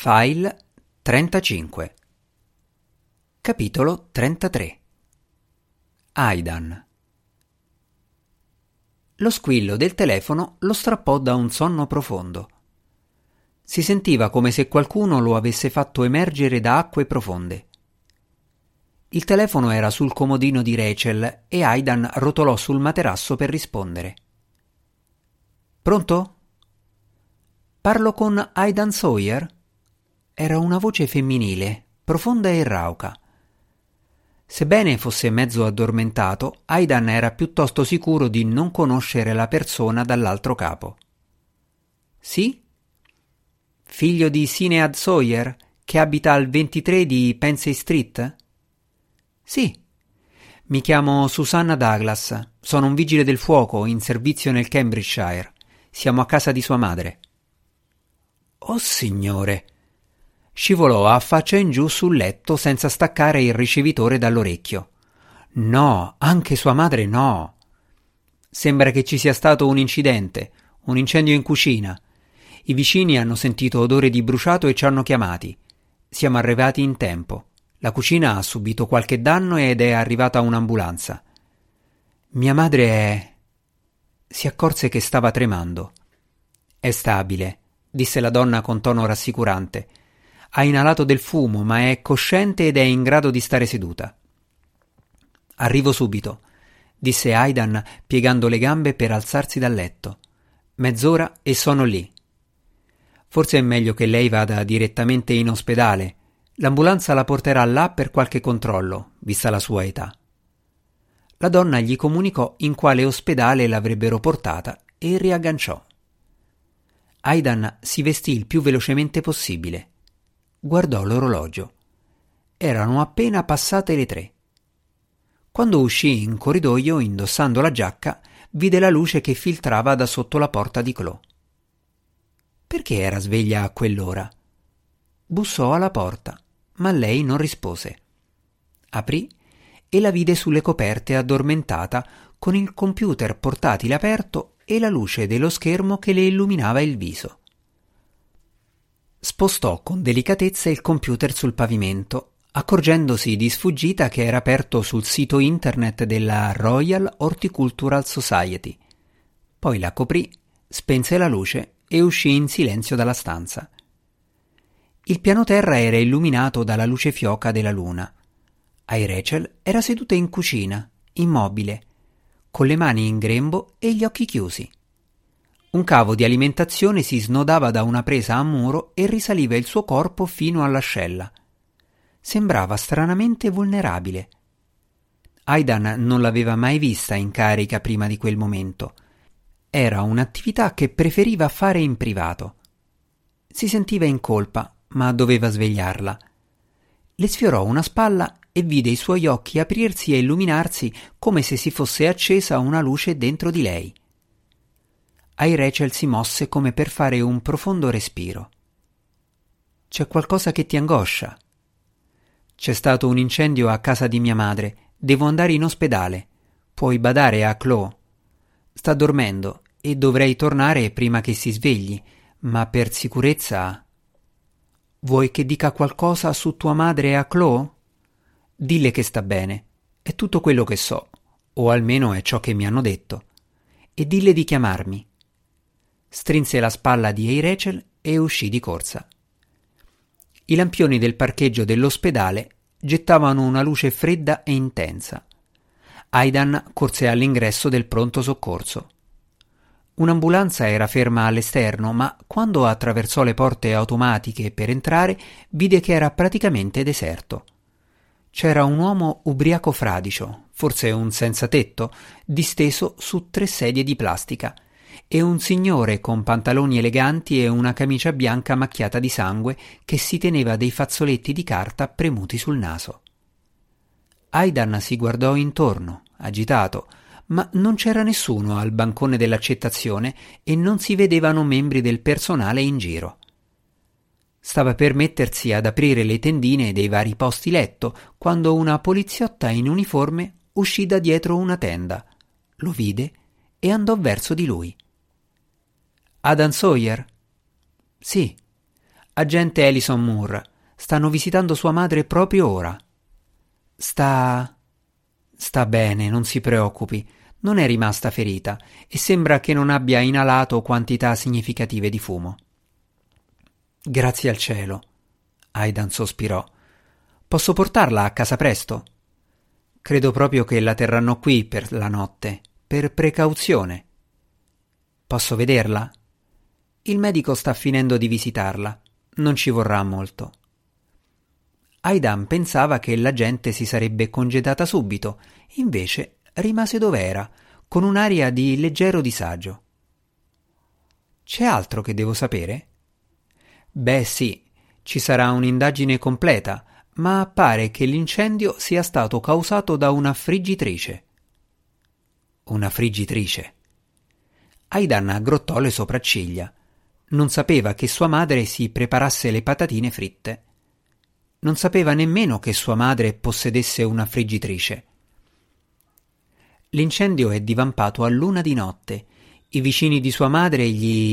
File 35. Capitolo 33. Aidan. Lo squillo del telefono lo strappò da un sonno profondo. Si sentiva come se qualcuno lo avesse fatto emergere da acque profonde. Il telefono era sul comodino di Rachel e Aidan rotolò sul materasso per rispondere. Pronto? Parlo con Aidan Sawyer? Era una voce femminile, profonda e rauca. Sebbene fosse mezzo addormentato, Aidan era piuttosto sicuro di non conoscere la persona dall'altro capo. Sì? Figlio di Sinead Sawyer, che abita al 23 di Pensey Street? Sì. Mi chiamo Susanna Douglas, sono un vigile del fuoco in servizio nel Cambridgeshire. Siamo a casa di sua madre. Oh signore! Scivolò a faccia in giù sul letto senza staccare il ricevitore dall'orecchio. No, anche sua madre no. Sembra che ci sia stato un incidente, un incendio in cucina. I vicini hanno sentito odore di bruciato e ci hanno chiamati. Siamo arrivati in tempo. La cucina ha subito qualche danno ed è arrivata un'ambulanza. Mia madre è... Si accorse che stava tremando. È stabile, disse la donna con tono rassicurante. Ha inalato del fumo, ma è cosciente ed è in grado di stare seduta. Arrivo subito, disse Aidan piegando le gambe per alzarsi dal letto. Mezz'ora e sono lì. Forse è meglio che lei vada direttamente in ospedale. L'ambulanza la porterà là per qualche controllo, vista la sua età. La donna gli comunicò in quale ospedale l'avrebbero portata e riagganciò. Aidan si vestì il più velocemente possibile. Guardò l'orologio. Erano appena passate le 3. Quando uscì in corridoio, indossando la giacca, vide la luce che filtrava da sotto la porta di Chloe. Perché era sveglia a quell'ora? Bussò alla porta, ma lei non rispose. Aprì e la vide sulle coperte addormentata, con il computer portatile aperto e la luce dello schermo che le illuminava il viso. Spostò con delicatezza il computer sul pavimento, accorgendosi di sfuggita che era aperto sul sito internet della Royal Horticultural Society. Poi la coprì, spense la luce e uscì in silenzio dalla stanza. Il piano terra era illuminato dalla luce fioca della luna. Rachel era seduta in cucina, immobile, con le mani in grembo e gli occhi chiusi. Un cavo di alimentazione si snodava da una presa a muro e risaliva il suo corpo fino all'ascella. Sembrava stranamente vulnerabile. Aidan non l'aveva mai vista in carica prima di quel momento. Era un'attività che preferiva fare in privato. Si sentiva in colpa, ma doveva svegliarla. Le sfiorò una spalla e vide i suoi occhi aprirsi e illuminarsi come se si fosse accesa una luce dentro di lei. Rachel si mosse come per fare un profondo respiro. C'è qualcosa che ti angoscia? C'è stato un incendio a casa di mia madre. Devo andare in ospedale. Puoi badare a Chloe. Sta dormendo e dovrei tornare prima che si svegli, ma per sicurezza... Vuoi che dica qualcosa su tua madre a Chloe? Dille che sta bene. È tutto quello che so, o almeno è ciò che mi hanno detto. E dille di chiamarmi. Strinse la spalla di Rachel e uscì di corsa. I lampioni del parcheggio dell'ospedale gettavano una luce fredda e intensa. Aidan corse all'ingresso del pronto soccorso. Un'ambulanza era ferma all'esterno, ma quando attraversò le porte automatiche per entrare, vide che era praticamente deserto. C'era un uomo ubriaco fradicio, forse un senzatetto, disteso su 3 sedie di plastica, e un signore con pantaloni eleganti e una camicia bianca macchiata di sangue che si teneva dei fazzoletti di carta premuti sul naso. Aidan si guardò intorno, agitato, ma non c'era nessuno al bancone dell'accettazione e non si vedevano membri del personale in giro. Stava per mettersi ad aprire le tendine dei vari posti letto quando una poliziotta in uniforme uscì da dietro una tenda, lo vide e andò verso di lui. Aidan Sawyer? Sì. Agente Alison Moore, stanno visitando sua madre proprio ora. Sta bene, non si preoccupi. Non è rimasta ferita e sembra che non abbia inalato quantità significative di fumo. Grazie al cielo. Aidan sospirò. Posso portarla a casa presto? Credo proprio che la terranno qui per la notte, per precauzione. Posso vederla? Il medico sta finendo di visitarla. Non ci vorrà molto. Aidan pensava che l'agente si sarebbe congedata subito, invece rimase dov'era, con un'aria di leggero disagio. C'è altro che devo sapere? Beh sì, ci sarà un'indagine completa, ma pare che l'incendio sia stato causato da una friggitrice. Una friggitrice. Aidan aggrottò le sopracciglia. Non sapeva che sua madre si preparasse le patatine fritte. Non sapeva nemmeno che sua madre possedesse una friggitrice. L'incendio è divampato a luna di notte. I vicini di sua madre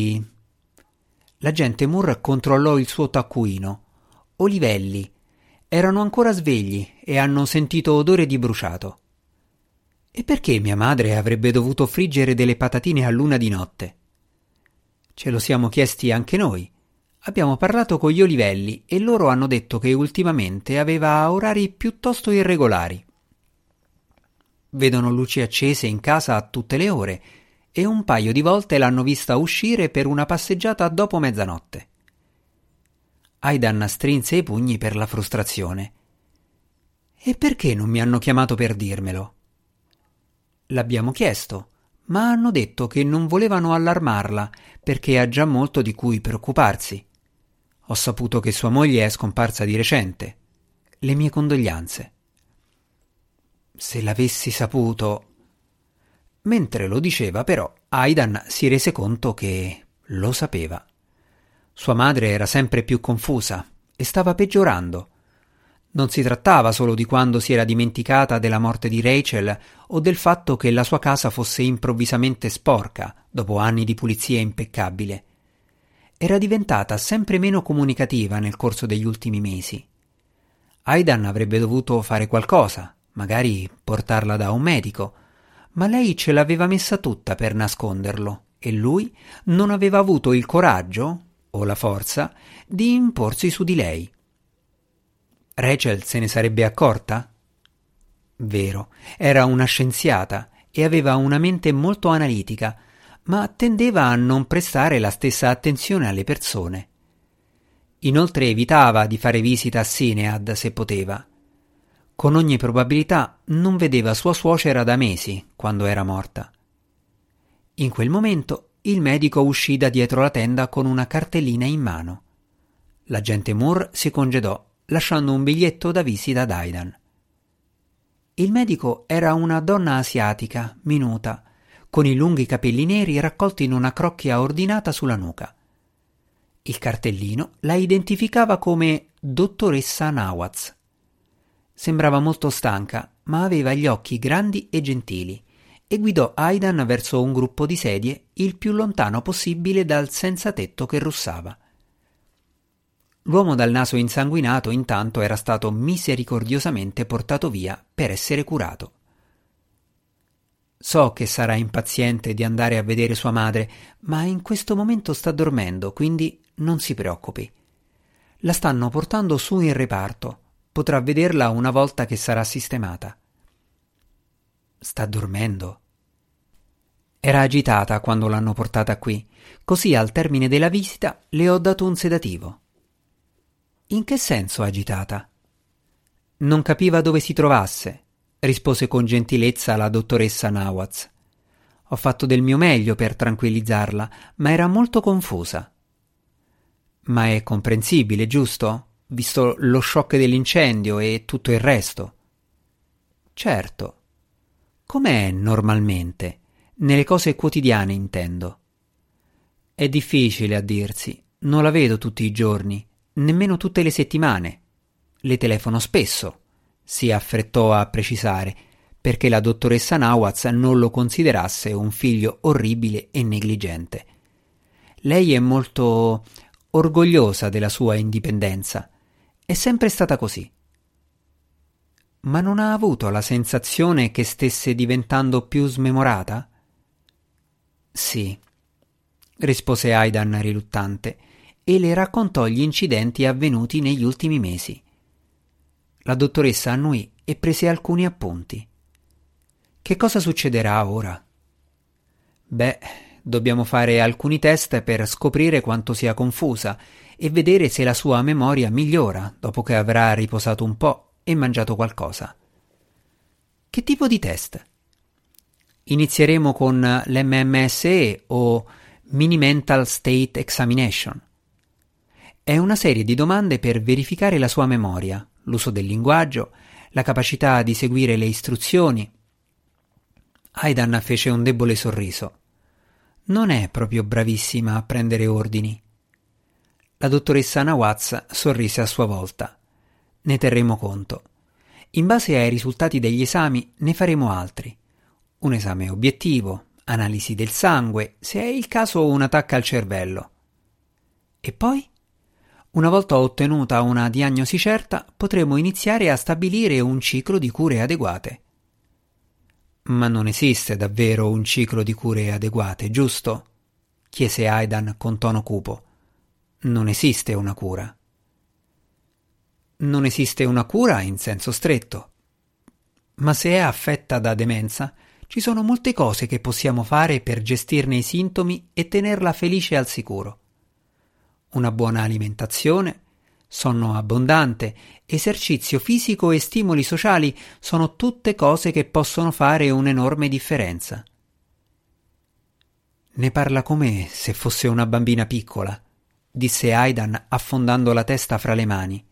L'agente Moore controllò il suo taccuino. Olivelli. Erano ancora svegli e hanno sentito odore di bruciato. E perché mia madre avrebbe dovuto friggere delle patatine a luna di notte? Ce lo siamo chiesti anche noi. Abbiamo parlato con gli Olivelli e loro hanno detto che ultimamente aveva orari piuttosto irregolari. Vedono luci accese in casa a tutte le ore e un paio di volte l'hanno vista uscire per una passeggiata dopo mezzanotte. Aidan strinse i pugni per la frustrazione. E perché non mi hanno chiamato per dirmelo? L'abbiamo chiesto, ma hanno detto che non volevano allarmarla perché ha già molto di cui preoccuparsi. Ho saputo che sua moglie è scomparsa di recente. Le mie condoglianze. Se l'avessi saputo... Mentre lo diceva, però, Aidan si rese conto che lo sapeva. Sua madre era sempre più confusa e stava peggiorando. Non si trattava solo di quando si era dimenticata della morte di Rachel o del fatto che la sua casa fosse improvvisamente sporca dopo anni di pulizia impeccabile. Era diventata sempre meno comunicativa nel corso degli ultimi mesi. Aidan avrebbe dovuto fare qualcosa, magari portarla da un medico, ma lei ce l'aveva messa tutta per nasconderlo e lui non aveva avuto il coraggio o la forza di imporsi su di lei. Rachel se ne sarebbe accorta? Vero, era una scienziata e aveva una mente molto analitica, ma tendeva a non prestare la stessa attenzione alle persone. Inoltre evitava di fare visita a Sinead se poteva. Con ogni probabilità non vedeva sua suocera da mesi, quando era morta. In quel momento il medico uscì da dietro la tenda con una cartellina in mano. L'agente Moore si congedò, lasciando un biglietto da visita ad Aidan. Il medico era una donna asiatica, minuta, con i lunghi capelli neri raccolti in una crocchia ordinata sulla nuca. Il cartellino la identificava come dottoressa Nawaz. Sembrava molto stanca, ma aveva gli occhi grandi e gentili e guidò Aidan verso un gruppo di sedie il più lontano possibile dal senzatetto che russava. L'uomo dal naso insanguinato intanto era stato misericordiosamente portato via per essere curato. So che sarà impaziente di andare a vedere sua madre, ma in questo momento sta dormendo, quindi non si preoccupi. La stanno portando su in reparto. Potrà vederla una volta che sarà sistemata. Sta dormendo? Era agitata quando l'hanno portata qui, così al termine della visita le ho dato un sedativo. In che senso agitata? Non capiva dove si trovasse, rispose con gentilezza la dottoressa Nawaz. Ho fatto del mio meglio per tranquillizzarla, ma era molto confusa. Ma è comprensibile, giusto? Visto lo shock dell'incendio e tutto il resto. Certo. Com'è normalmente? Nelle cose quotidiane, intendo. È difficile a dirsi. Non la vedo tutti i giorni, nemmeno tutte le settimane. Le telefono spesso, si affrettò a precisare, perché la dottoressa Nawaz non lo considerasse un figlio orribile e negligente. Lei è molto orgogliosa della sua indipendenza. È sempre stata così. Ma non ha avuto la sensazione che stesse diventando più smemorata? Sì, rispose Aidan riluttante, e le raccontò gli incidenti avvenuti negli ultimi mesi. La dottoressa annuì e prese alcuni appunti. Che cosa succederà ora? Beh, dobbiamo fare alcuni test per scoprire quanto sia confusa e vedere se la sua memoria migliora dopo che avrà riposato un po' e mangiato qualcosa. Che tipo di test? Inizieremo con l'MMSE o Mini Mental State Examination. È una serie di domande per verificare la sua memoria, l'uso del linguaggio, la capacità di seguire le istruzioni. Aidan fece un debole sorriso. Non è proprio bravissima a prendere ordini. La dottoressa Nawaz sorrise a sua volta. Ne terremo conto. In base ai risultati degli esami ne faremo altri. Un esame obiettivo, analisi del sangue, se è il caso una tacca al cervello. E poi? Una volta ottenuta una diagnosi certa, potremo iniziare a stabilire un ciclo di cure adeguate. Ma non esiste davvero un ciclo di cure adeguate, giusto? Chiese Aidan con tono cupo. Non esiste una cura. Non esiste una cura in senso stretto. Ma se è affetta da demenza, ci sono molte cose che possiamo fare per gestirne i sintomi e tenerla felice e al sicuro. Una buona alimentazione, sonno abbondante, esercizio fisico e stimoli sociali sono tutte cose che possono fare un'enorme differenza. Ne parla come se fosse una bambina piccola, disse Aidan affondando la testa fra le mani.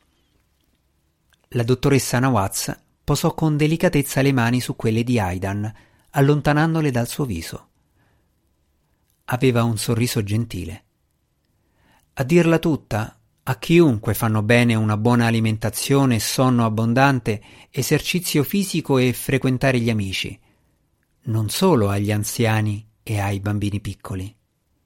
La dottoressa Nawaz posò con delicatezza le mani su quelle di Aidan, allontanandole dal suo viso. Aveva un sorriso gentile. A dirla tutta, a chiunque fanno bene una buona alimentazione, sonno abbondante, esercizio fisico e frequentare gli amici, non solo agli anziani e ai bambini piccoli.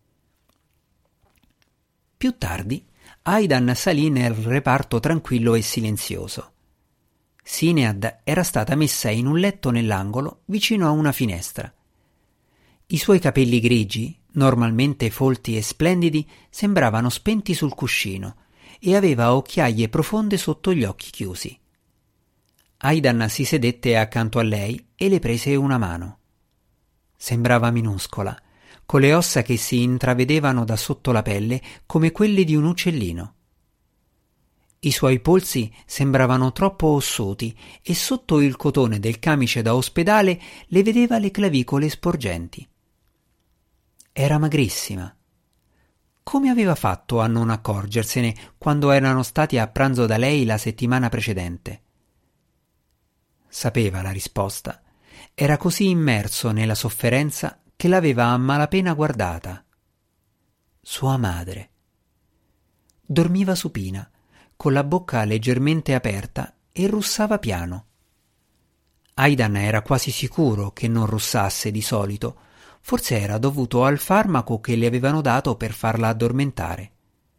Più tardi, Aidan salì nel reparto tranquillo e silenzioso. Sinead era stata messa in un letto nell'angolo vicino a una finestra. I suoi capelli grigi, normalmente folti e splendidi, sembravano spenti sul cuscino e aveva occhiaie profonde sotto gli occhi chiusi. Aidan si sedette accanto a lei e le prese una mano. Sembrava minuscola, con le ossa che si intravedevano da sotto la pelle come quelle di un uccellino. I suoi polsi sembravano troppo ossuti e sotto il cotone del camice da ospedale le vedeva le clavicole sporgenti. Era magrissima. Come aveva fatto a non accorgersene quando erano stati a pranzo da lei la settimana precedente? Sapeva la risposta. Era così immerso nella sofferenza che l'aveva a malapena guardata. Sua madre. Dormiva supina, con la bocca leggermente aperta, e russava piano. Aidan era quasi sicuro che non russasse di solito. Forse era dovuto al farmaco che le avevano dato per farla addormentare.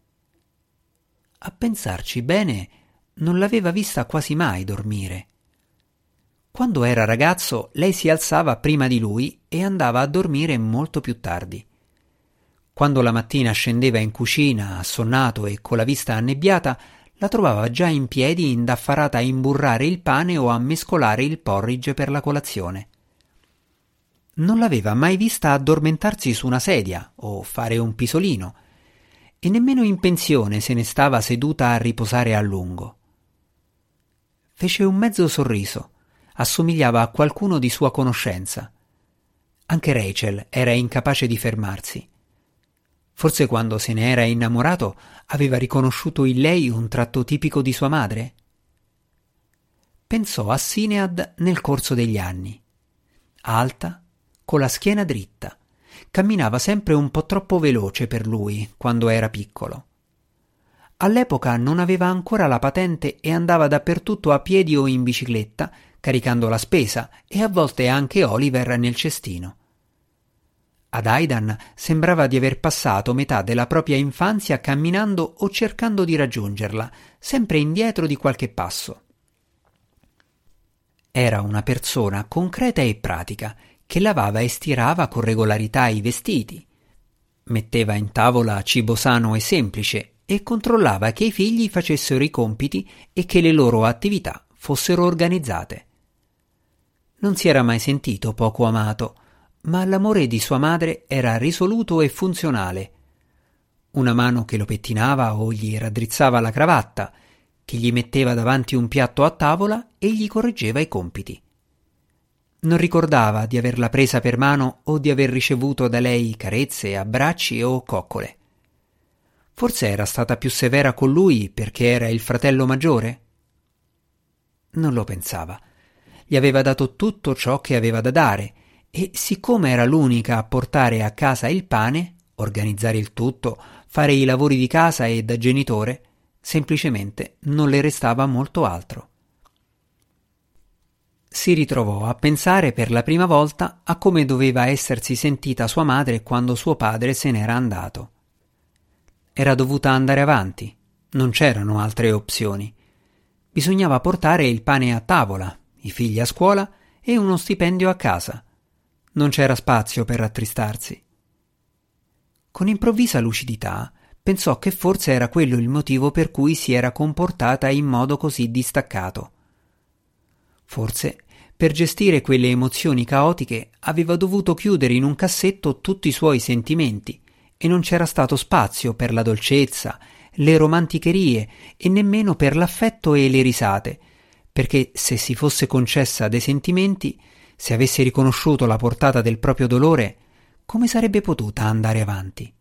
A pensarci bene, non l'aveva vista quasi mai dormire. Quando era ragazzo, lei si alzava prima di lui e andava a dormire molto più tardi. Quando la mattina scendeva in cucina, assonnato e con la vista annebbiata, la trovava già in piedi indaffarata a imburrare il pane o a mescolare il porridge per la colazione. Non l'aveva mai vista addormentarsi su una sedia o fare un pisolino, e nemmeno in pensione se ne stava seduta a riposare a lungo. Fece un mezzo sorriso, assomigliava a qualcuno di sua conoscenza. Anche Rachel era incapace di fermarsi. Forse quando se ne era innamorato aveva riconosciuto in lei un tratto tipico di sua madre? Pensò a Sinead nel corso degli anni. Alta, con la schiena dritta, camminava sempre un po' troppo veloce per lui quando era piccolo. All'epoca non aveva ancora la patente e andava dappertutto a piedi o in bicicletta, caricando la spesa e a volte anche Oliver nel cestino. Ad Aidan sembrava di aver passato metà della propria infanzia camminando o cercando di raggiungerla, sempre indietro di qualche passo. Era una persona concreta e pratica, che lavava e stirava con regolarità i vestiti, metteva in tavola cibo sano e semplice e controllava che i figli facessero i compiti e che le loro attività fossero organizzate. Non si era mai sentito poco amato, ma l'amore di sua madre era risoluto e funzionale. Una mano che lo pettinava o gli raddrizzava la cravatta, che gli metteva davanti un piatto a tavola e gli correggeva i compiti. Non ricordava di averla presa per mano o di aver ricevuto da lei carezze, abbracci o coccole. Forse era stata più severa con lui perché era il fratello maggiore? Non lo pensava. Gli aveva dato tutto ciò che aveva da dare e, siccome era l'unica a portare a casa il pane, organizzare il tutto, fare i lavori di casa e da genitore, semplicemente non le restava molto altro. Si ritrovò a pensare per la prima volta a come doveva essersi sentita sua madre quando suo padre se n'era andato. Era dovuta andare avanti, non c'erano altre opzioni. Bisognava portare il pane a tavola, i figli a scuola e uno stipendio a casa. Non c'era spazio per rattristarsi. Con improvvisa lucidità pensò che forse era quello il motivo per cui si era comportata in modo così distaccato. Forse, per gestire quelle emozioni caotiche, aveva dovuto chiudere in un cassetto tutti i suoi sentimenti e non c'era stato spazio per la dolcezza, le romanticherie e nemmeno per l'affetto e le risate, perché se si fosse concessa dei sentimenti, se avesse riconosciuto la portata del proprio dolore, come sarebbe potuta andare avanti?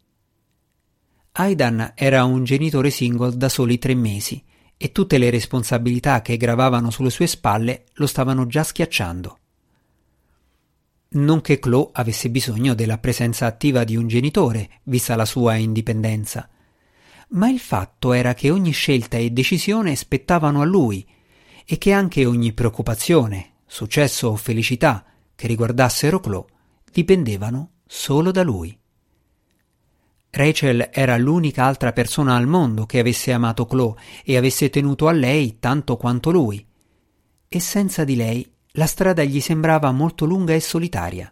Aidan era un genitore single da soli 3 mesi e tutte le responsabilità che gravavano sulle sue spalle lo stavano già schiacciando. Non che Chloe avesse bisogno della presenza attiva di un genitore, vista la sua indipendenza, ma il fatto era che ogni scelta e decisione spettavano a lui e che anche ogni preoccupazione, successo o felicità che riguardassero Chloe dipendevano solo da lui. Rachel era l'unica altra persona al mondo che avesse amato Chloe e avesse tenuto a lei tanto quanto lui, e senza di lei la strada gli sembrava molto lunga e solitaria.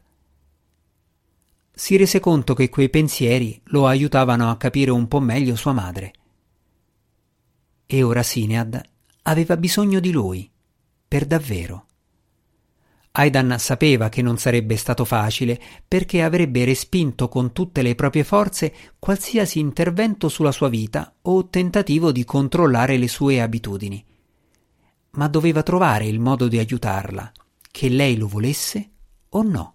Si rese conto che quei pensieri lo aiutavano a capire un po' meglio sua madre. E ora Sinead aveva bisogno di lui, per davvero. Aidan sapeva che non sarebbe stato facile perché avrebbe respinto con tutte le proprie forze qualsiasi intervento sulla sua vita o tentativo di controllare le sue abitudini. Ma doveva trovare il modo di aiutarla, che lei lo volesse o no.